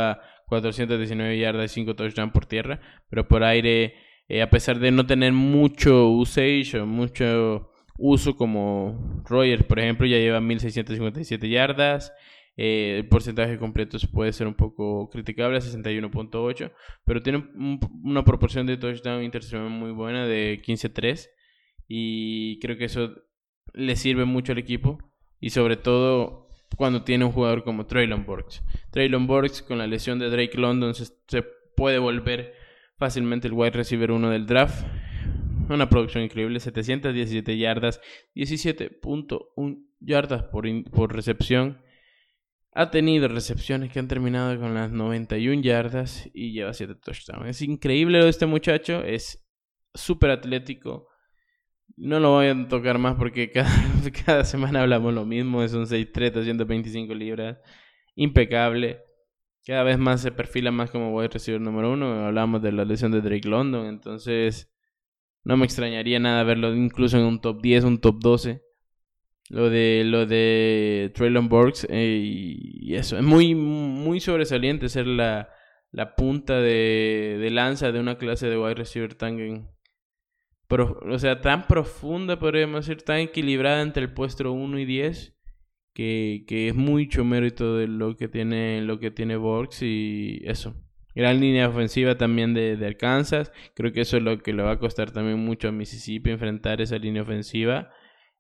cuatrocientas diecinueve yardas y cinco touchdowns por tierra, pero por aire, eh, a pesar de no tener mucho usage o mucho uso como Rogers, por ejemplo, ya lleva mil seiscientas cincuenta y siete yardas. Eh, el porcentaje completo puede ser un poco criticable, sesenta y uno punto ocho, pero tiene un, una proporción de touchdown e intercepción muy buena de quince a tres, y creo que eso le sirve mucho al equipo, y sobre todo cuando tiene un jugador como Treylon Burks. Treylon Burks, con la lesión de Drake London, se, se puede volver fácilmente el wide receiver uno del draft. Una producción increíble, setecientas diecisiete yardas, diecisiete punto uno yardas por, in, por recepción. Ha tenido recepciones que han terminado con las noventa y una yardas y lleva siete touchdowns. Es increíble lo de este muchacho, es súper atlético. No lo voy a tocar más porque cada, cada semana hablamos lo mismo. Es un seis tres, doscientas veinticinco libras, impecable. Cada vez más se perfila más como wide receiver número uno. Hablamos de la lesión de Drake London, entonces no me extrañaría nada verlo incluso en un top diez, un top doce. Lo de lo de Treylon Burks, eh, y eso es muy muy sobresaliente ser la, la punta de, de lanza de una clase de wide receiver tan pro, o sea, tan profunda, podríamos decir, tan equilibrada entre el puesto uno y diez, que, que es mucho mérito de lo que tiene lo que tiene Burks. Y eso, gran línea ofensiva también de, de Arkansas. Creo que eso es lo que le va a costar también mucho a Mississippi, enfrentar esa línea ofensiva.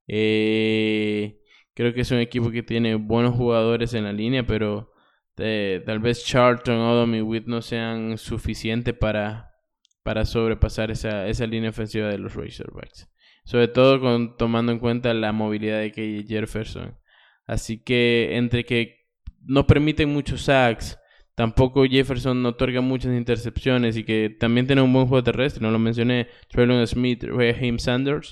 Eh, creo que es un equipo que tiene buenos jugadores en la línea, pero eh, tal vez Charlton, Odom y Witt no sean suficientes para, para sobrepasar esa, esa línea ofensiva de los Razorbacks. Sobre todo con, tomando en cuenta la movilidad de K J Jefferson. Así que entre que no permiten muchos sacks, tampoco Jefferson no otorga muchas intercepciones, y que también tiene un buen juego terrestre, no lo mencioné, Traylon Smith, Raheem Sanders.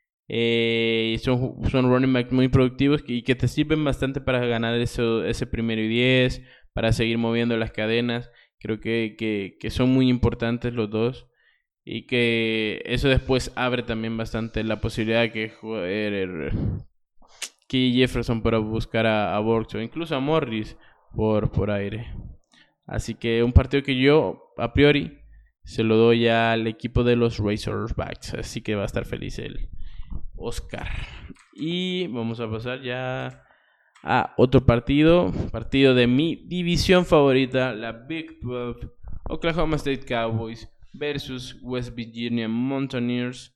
Eh, son, son running backs muy productivos y que te sirven bastante para ganar eso, ese primero y diez, para seguir moviendo las cadenas. Creo que, que, que son muy importantes los dos, y que eso después abre también bastante la posibilidad de que juegue que Jefferson para buscar a, a Burks o incluso a Morris por, por aire. Así que un partido que yo a priori se lo doy al equipo de los Razorbacks, así que va a estar feliz él, Oscar. Y vamos a pasar ya a otro partido, partido de mi división favorita, la Big doce, Oklahoma State Cowboys versus West Virginia Mountaineers.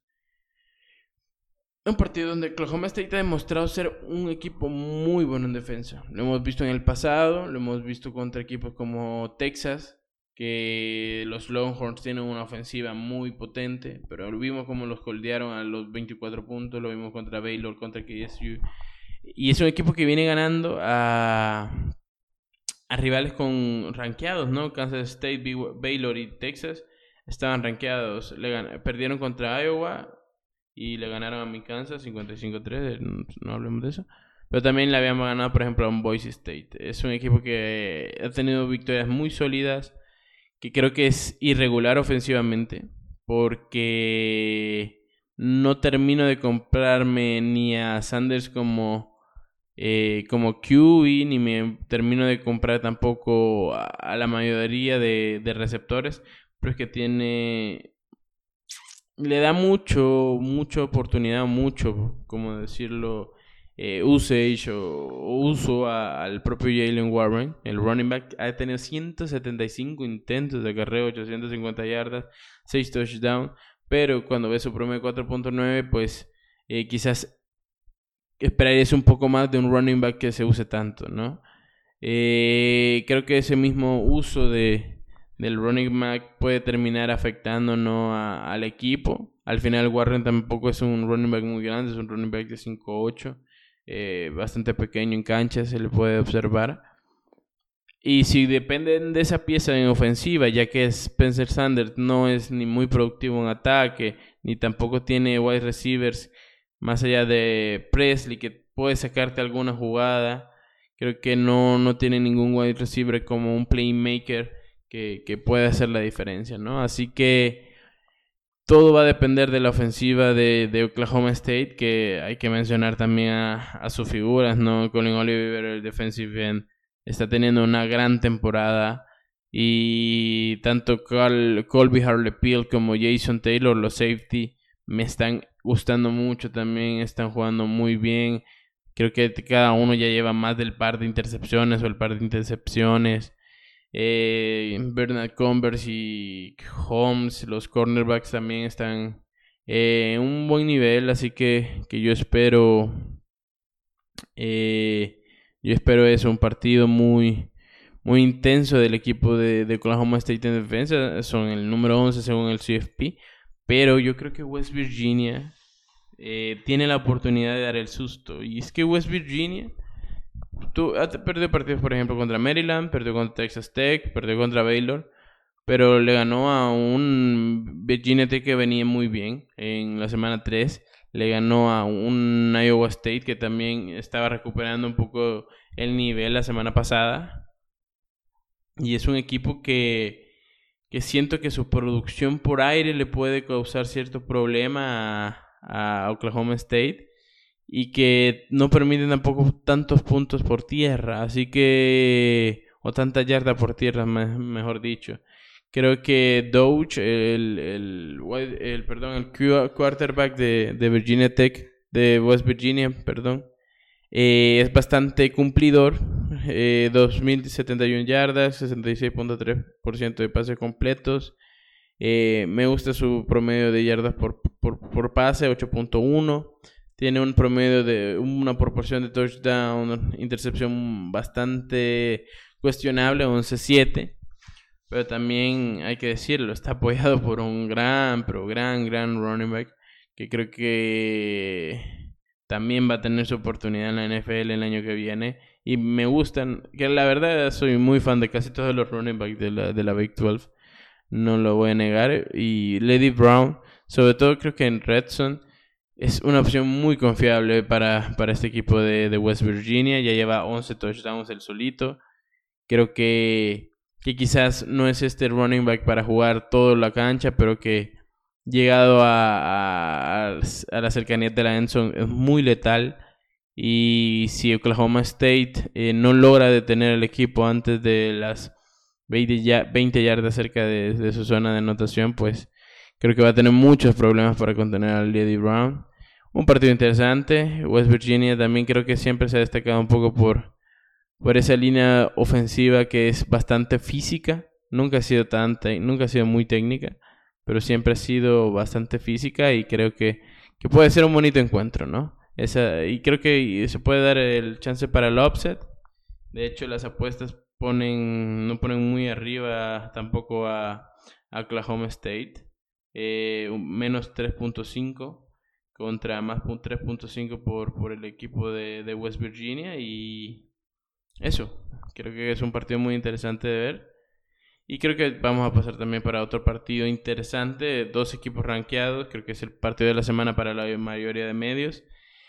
Un partido donde Oklahoma State ha demostrado ser un equipo muy bueno en defensa. Lo hemos visto en el pasado, lo hemos visto contra equipos como Texas, que los Longhorns tienen una ofensiva muy potente, pero lo vimos como los holdearon a los veinticuatro puntos, lo vimos contra Baylor, contra K S U, y es un equipo que viene ganando a, a rivales con rankeados, ¿no? Kansas State, Baylor y Texas estaban rankeados, le gan- perdieron contra Iowa y le ganaron a mi Kansas cincuenta y cinco a tres, no, no hablemos de eso. Pero también le habíamos ganado, por ejemplo, a un Boise State. Es un equipo que ha tenido victorias muy sólidas, que creo que es irregular ofensivamente, porque no termino de comprarme ni a Sanders como, eh, como Q B, ni me termino de comprar tampoco a, a la mayoría de, de receptores, pero es que tiene... le da mucho, mucha oportunidad, mucho, como decirlo, eh, usage o, o uso a, al propio Jaylen Warren. El running back ha tenido ciento setenta y cinco intentos de acarreo, ochocientas cincuenta yardas, seis touchdowns, pero cuando ves su promedio de cuatro punto nueve, pues eh, quizás esperarías un poco más de un running back que se use tanto, ¿no? Eh, creo que ese mismo uso de del running back puede terminar afectando, ¿no?, a, al equipo. Al final Warren tampoco es un running back muy grande, es un running back de cinco ocho, eh, bastante pequeño en cancha, se le puede observar. Y si dependen de esa pieza en ofensiva, ya que Spencer Sanders no es ni muy productivo en ataque, ni tampoco tiene wide receivers más allá de Presley que puede sacarte alguna jugada, creo que no, no tiene ningún wide receiver como un playmaker que, que puede hacer la diferencia, ¿no? Así que todo va a depender de la ofensiva de, de Oklahoma State, que hay que mencionar también a, a sus figuras, ¿no? Colin Oliver, el defensive end, está teniendo una gran temporada. Y tanto Cal- Colby Harley-Peel como Jason Taylor, los safety, me están gustando mucho también, están jugando muy bien. Creo que cada uno ya lleva más del par de intercepciones o el par de intercepciones. Eh, Bernard Converse y Holmes, los cornerbacks también están eh, en un buen nivel, así que, que yo espero eh, yo espero eso, un partido muy muy intenso del equipo de, de Oklahoma State en defensa. Son el número once según el C F P, pero yo creo que West Virginia eh, tiene la oportunidad de dar el susto. Y es que West Virginia tú, ha perdido partidos, por ejemplo, contra Maryland, perdió contra Texas Tech, perdió contra Baylor, pero le ganó a un Virginia Tech que venía muy bien en la semana tres. Le ganó a un Iowa State que también estaba recuperando un poco el nivel la semana pasada. Y es un equipo que, que siento que su producción por aire le puede causar cierto problema a, a Oklahoma State. Y que no permiten tampoco tantos puntos por tierra. Así que... o tanta yarda por tierra, mejor dicho. Creo que Doge, el, el, el, perdón, el quarterback de, de Virginia Tech, de West Virginia, perdón, eh, es bastante cumplidor. Eh, dos mil setenta y una yardas, sesenta y seis punto tres por ciento de pases completos. Eh, me gusta su promedio de yardas por, por, por pase, ocho punto uno. Tiene un promedio de una proporción de touchdown, intercepción bastante cuestionable, once siete. Pero también hay que decirlo, está apoyado por un gran, pero gran, gran running back, que creo que también va a tener su oportunidad en la N F L el año que viene. Y me gustan, que la verdad soy muy fan de casi todos los running backs de la, de la Big doce, no lo voy a negar. Y Lady Brown, sobre todo creo que en Red Zone, es una opción muy confiable para, para este equipo de, de West Virginia. Ya lleva once touchdowns el solito. Creo que, que quizás no es este running back para jugar toda la cancha, pero que llegado a, a, a la cercanía de la endzone es muy letal. Y si Oklahoma State eh, no logra detener al equipo antes de las veinte, ya, veinte yardas cerca de, de su zona de anotación, pues creo que va a tener muchos problemas para contener a Lady Brown. Un partido interesante. West Virginia también creo que siempre se ha destacado un poco por, por esa línea ofensiva que es bastante física. Nunca ha sido tan te- nunca ha sido muy técnica, pero siempre ha sido bastante física y creo que, que puede ser un bonito encuentro, ¿no? Esa, y creo que se puede dar el chance para el upset. De hecho, las apuestas ponen no ponen muy arriba tampoco a, a Oklahoma State. Eh, menos tres punto cinco contra más tres punto cinco por, por el equipo de, de West Virginia. Y eso, creo que es un partido muy interesante de ver. Y creo que vamos a pasar también para otro partido interesante. Dos equipos rankeados. Creo que es el partido de la semana para la mayoría de medios.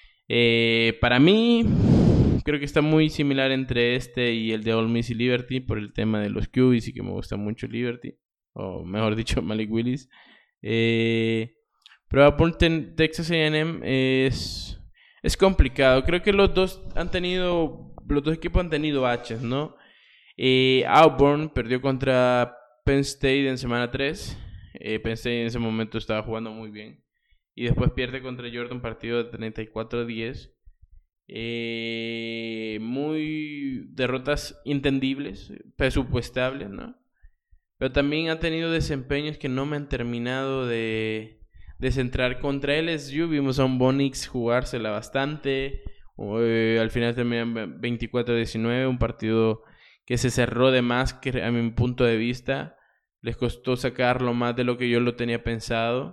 Eh, para mí, creo que está muy similar entre este y el de Ole Miss y Liberty por el tema de los Q Bs y que me gusta mucho Liberty. O mejor dicho, Malik Willis. Eh, pero apunte Texas A and M es, es complicado. Creo que los dos han tenido, los dos equipos han tenido baches, ¿no? Eh, Auburn perdió contra Penn State en semana tres. Eh, Penn State en ese momento estaba jugando muy bien. Y después pierde contra Georgia un partido de treinta y cuatro a diez. Eh, muy derrotas entendibles, presupuestables, ¿no? Pero también ha tenido desempeños que no me han terminado de, de centrar. Contra L S U vimos a un Bo Nix jugársela bastante. Eh, al final terminan veinticuatro a diecinueve, un partido que se cerró de más que a mi punto de vista. Les costó sacarlo más de lo que yo lo tenía pensado.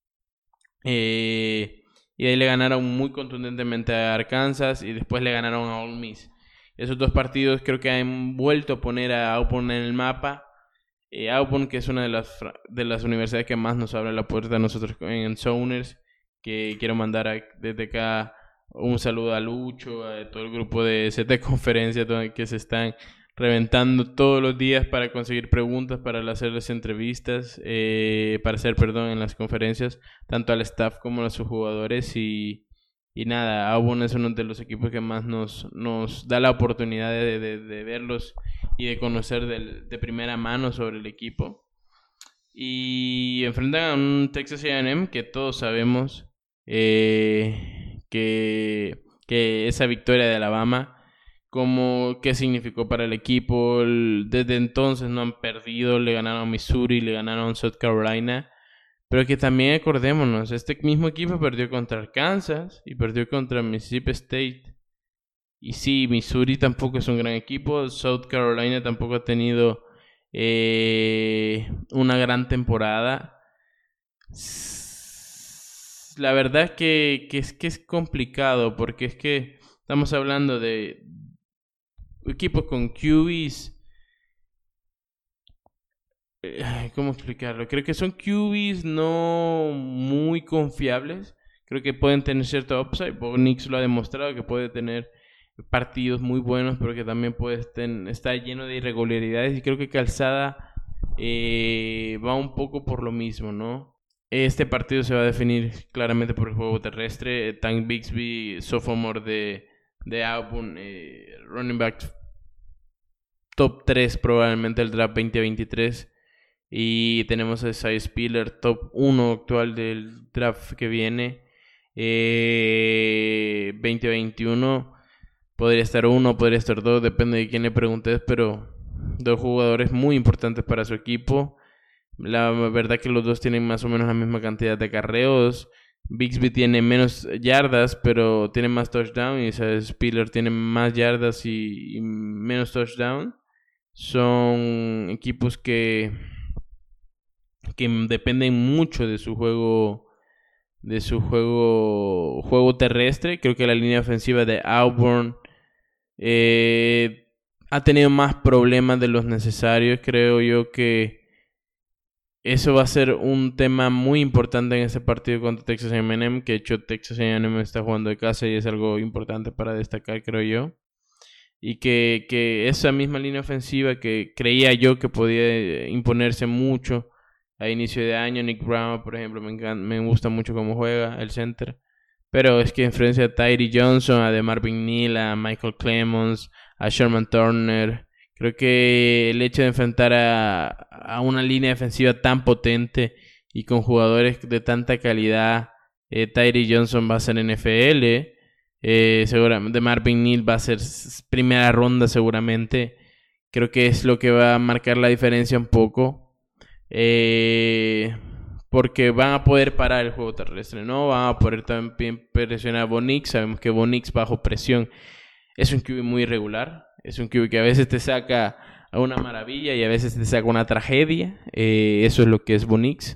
Eh, y ahí le ganaron muy contundentemente a Arkansas y después le ganaron a Ole Miss. Esos dos partidos creo que han vuelto a poner a Auburn en el mapa. Eh, Auburn, que es una de las, de las universidades que más nos abre la puerta a nosotros en Sounders, que quiero mandar a, desde acá un saludo a Lucho, a todo el grupo de C T Conferencia que se están reventando todos los días para conseguir preguntas, para hacerles entrevistas, eh, para hacer, perdón, en las conferencias, tanto al staff como a sus jugadores. Y, y nada, Auburn es uno de los equipos que más nos, nos da la oportunidad de, de, de verlos y de conocer del, de primera mano sobre el equipo. Y enfrentan a un Texas A and M que todos sabemos eh, que, que esa victoria de Alabama, como qué significó para el equipo. El, desde entonces no han perdido, le ganaron a Missouri, le ganaron a South Carolina. Pero que también acordémonos, este mismo equipo perdió contra Arkansas y perdió contra Mississippi State. Y sí, Missouri tampoco es un gran equipo, South Carolina tampoco ha tenido eh, una gran temporada. La verdad es que, que, es, que es complicado porque es que estamos hablando de equipos con Q Bs. ¿Cómo explicarlo? Creo que son Q Bs no muy confiables. Creo que pueden tener cierto upside. Bo Nix lo ha demostrado que puede tener partidos muy buenos, pero que también puede estar lleno de irregularidades. Y creo que Calzada eh, va un poco por lo mismo, ¿no? Este partido se va a definir claramente por el juego terrestre. Tank Bigsby, sophomore de, de Auburn, eh, running back top tres probablemente el draft veinte veintitrés. Y tenemos a Isaiah Spiller, top uno actual del draft que viene. Eh, veinte veintiuno. Podría estar uno, podría estar dos, depende de quién le preguntes, pero dos jugadores muy importantes para su equipo. La verdad que los dos tienen más o menos la misma cantidad de acarreos. Bigsby tiene menos yardas, pero tiene más touchdown. Y Isaiah Spiller tiene más yardas y, y menos touchdown. Son equipos que que dependen mucho de su juego de su juego juego terrestre. Creo que la línea ofensiva de Auburn eh, ha tenido más problemas de los necesarios. Creo yo que eso va a ser un tema muy importante en este partido contra Texas A and M, que de hecho Texas A and M está jugando de casa y es algo importante para destacar, creo yo. Y que, que esa misma línea ofensiva que creía yo que podía imponerse mucho a inicio de año, Nick Brown, por ejemplo, me encanta, me gusta mucho cómo juega el center. Pero es que enfrenta a Tyree Johnson, a DeMarvin Neal, a Michael Clemons, a Sherman Turner. Creo que el hecho de enfrentar a, a una línea defensiva tan potente y con jugadores de tanta calidad, eh, Tyree Johnson va a ser N F L. Eh, seguramente DeMarvin Neal va a ser primera ronda seguramente. Creo que es lo que va a marcar la diferencia un poco. Eh, porque van a poder parar el juego terrestre, ¿no? Van a poder también presionar a Bo Nix. Sabemos que Bo Nix bajo presión es un Q B muy irregular. Es un Q B que a veces te saca a una maravilla y a veces te saca una tragedia. Eh, eso es lo que es Bo Nix.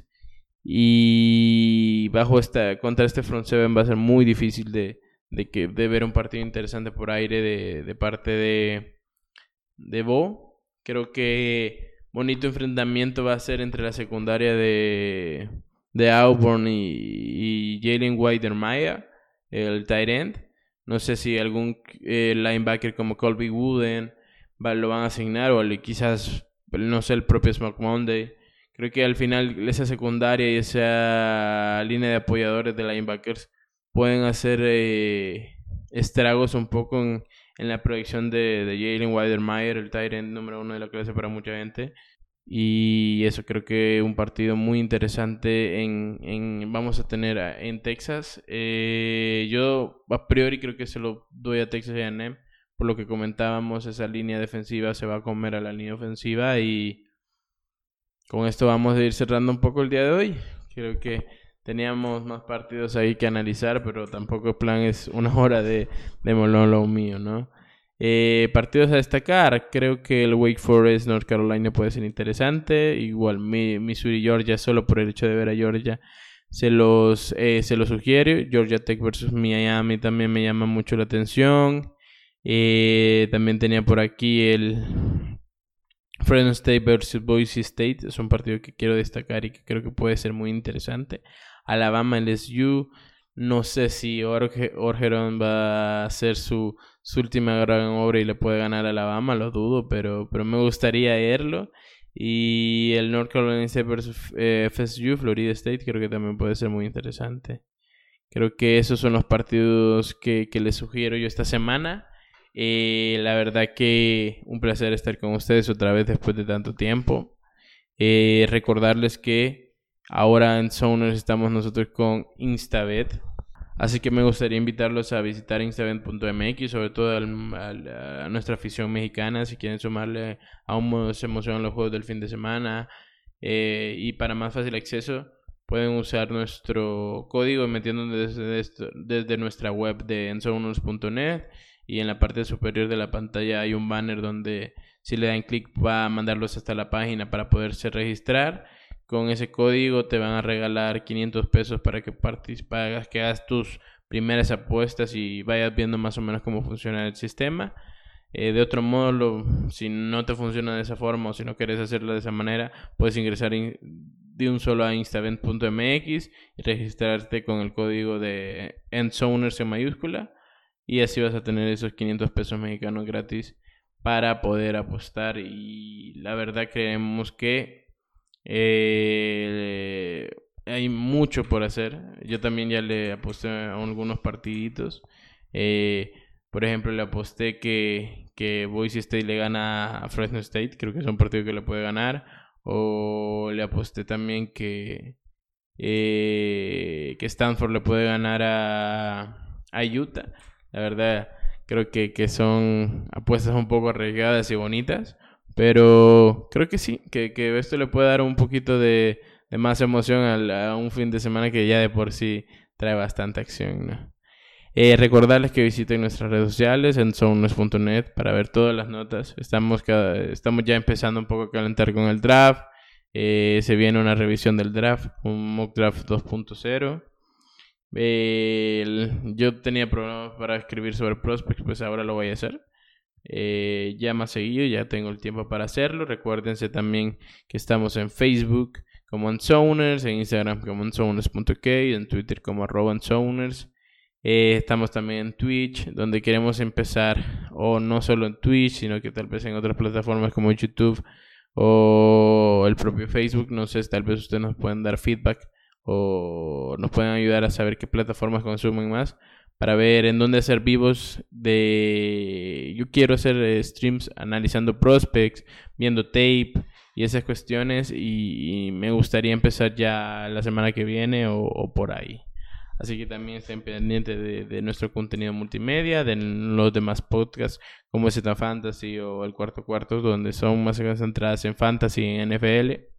Y bajo esta, contra este front seven va a ser muy difícil de, de, que, de ver un partido interesante por aire de, de parte de, de Bo. Creo que bonito enfrentamiento va a ser entre la secundaria de, de Auburn y, y Jalen Wydermyer, el tight end. No sé si algún eh, linebacker como Colby Wooden va, lo van a asignar o quizás, no sé, el propio Smoke Monday. Creo que al final esa secundaria y esa línea de apoyadores de linebackers pueden hacer eh, estragos un poco en, en la proyección de, de Jalen Wydermyer, el tight end número uno de la clase para mucha gente. Y eso, creo que un partido muy interesante en, en vamos a tener en Texas. Eh, yo a priori creo que se lo doy a Texas A and M. Por lo que comentábamos, esa línea defensiva se va a comer a la línea ofensiva. Y con esto vamos a ir cerrando un poco el día de hoy. Creo que teníamos más partidos ahí que analizar, pero tampoco el plan es una hora de, de monólogo mío, ¿no? Eh, partidos a destacar, creo que el Wake Forest North Carolina puede ser interesante. Igual Missouri Georgia, solo por el hecho de ver a Georgia se los, eh, se los sugiero. Georgia Tech versus Miami también me llama mucho la atención. Eh, también tenía por aquí el Fresno State versus Boise State. Es un partido que quiero destacar y que creo que puede ser muy interesante. Alabama L S U. No sé si Orge, Orgeron va a hacer su, su última gran obra y le puede ganar a Alabama, lo dudo, pero, pero me gustaría verlo. Y el North Carolina State versus eh, F S U, Florida State, creo que también puede ser muy interesante. Creo que esos son los partidos que, que les sugiero yo esta semana. Eh, la verdad que un placer estar con ustedes otra vez después de tanto tiempo. Eh, recordarles que ahora en Zoners estamos nosotros con Instabet. Así que me gustaría invitarlos a visitar instabet punto m x, sobre todo al, al, a nuestra afición mexicana, si quieren sumarle aún más emoción a los juegos del fin de semana. Eh, y para más fácil acceso, pueden usar nuestro código metiendo desde, desde nuestra web de enzoners punto net, y en la parte superior de la pantalla hay un banner donde si le dan clic va a mandarlos hasta la página para poderse registrar. Con ese código te van a regalar quinientos pesos para que participas, que hagas tus primeras apuestas y vayas viendo más o menos cómo funciona el sistema. Eh, de otro modo, lo, si no te funciona de esa forma o si no quieres hacerlo de esa manera, puedes ingresar in, de un solo a instabet punto m x y registrarte con el código de ENZONERS en mayúscula, y así vas a tener esos quinientos pesos mexicanos gratis para poder apostar. Y la verdad creemos que Eh, hay mucho por hacer. Yo también ya le aposté a algunos partiditos. Eh, por ejemplo, le aposté que, que Boise State le gana a Fresno State. Creo que es un partido que le puede ganar. O le aposté también que, eh, que Stanford le puede ganar a, a Utah. La verdad, creo que, que son apuestas un poco arriesgadas y bonitas. Pero creo que sí, que, que esto le puede dar un poquito de, de más emoción a, a un fin de semana que ya de por sí trae bastante acción, ¿no? Eh, recordarles que visiten nuestras redes sociales en zoners punto net para ver todas las notas. Estamos, cada, estamos ya empezando un poco a calentar con el draft. Eh, se viene una revisión del draft, un mock draft dos punto cero. Eh, el, yo tenía programas para escribir sobre prospects, pues ahora lo voy a hacer. Eh, ya más seguido, ya tengo el tiempo para hacerlo. Recuérdense también que estamos en Facebook como ENZONERS, en Instagram como enzoners punto k, en Twitter como arroba enzoners. Eh, estamos también en Twitch, donde queremos empezar, o no solo en Twitch, sino que tal vez en otras plataformas como YouTube o el propio Facebook. No sé, tal vez ustedes nos pueden dar feedback o nos pueden ayudar a saber qué plataformas consumen más, para ver en dónde hacer vivos de... Yo quiero hacer eh, streams analizando prospects, viendo tape y esas cuestiones, y, y me gustaría empezar ya la semana que viene o, o por ahí. Así que también estén pendientes de, de nuestro contenido multimedia, de los demás podcasts como Z Fantasy o El Cuarto Cuarto, donde son más concentradas en Fantasy y en N F L.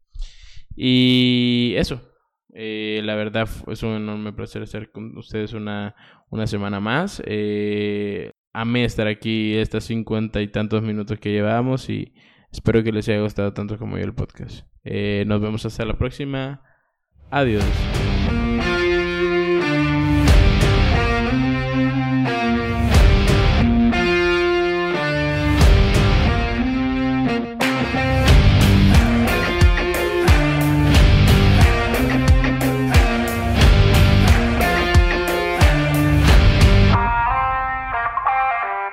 Y eso. Eh, la verdad es un enorme placer estar con ustedes una, una semana más. Eh, amé estar aquí estas cincuenta y tantos minutos que llevamos y espero que les haya gustado tanto como yo el podcast. Eh, nos vemos hasta la próxima. Adiós.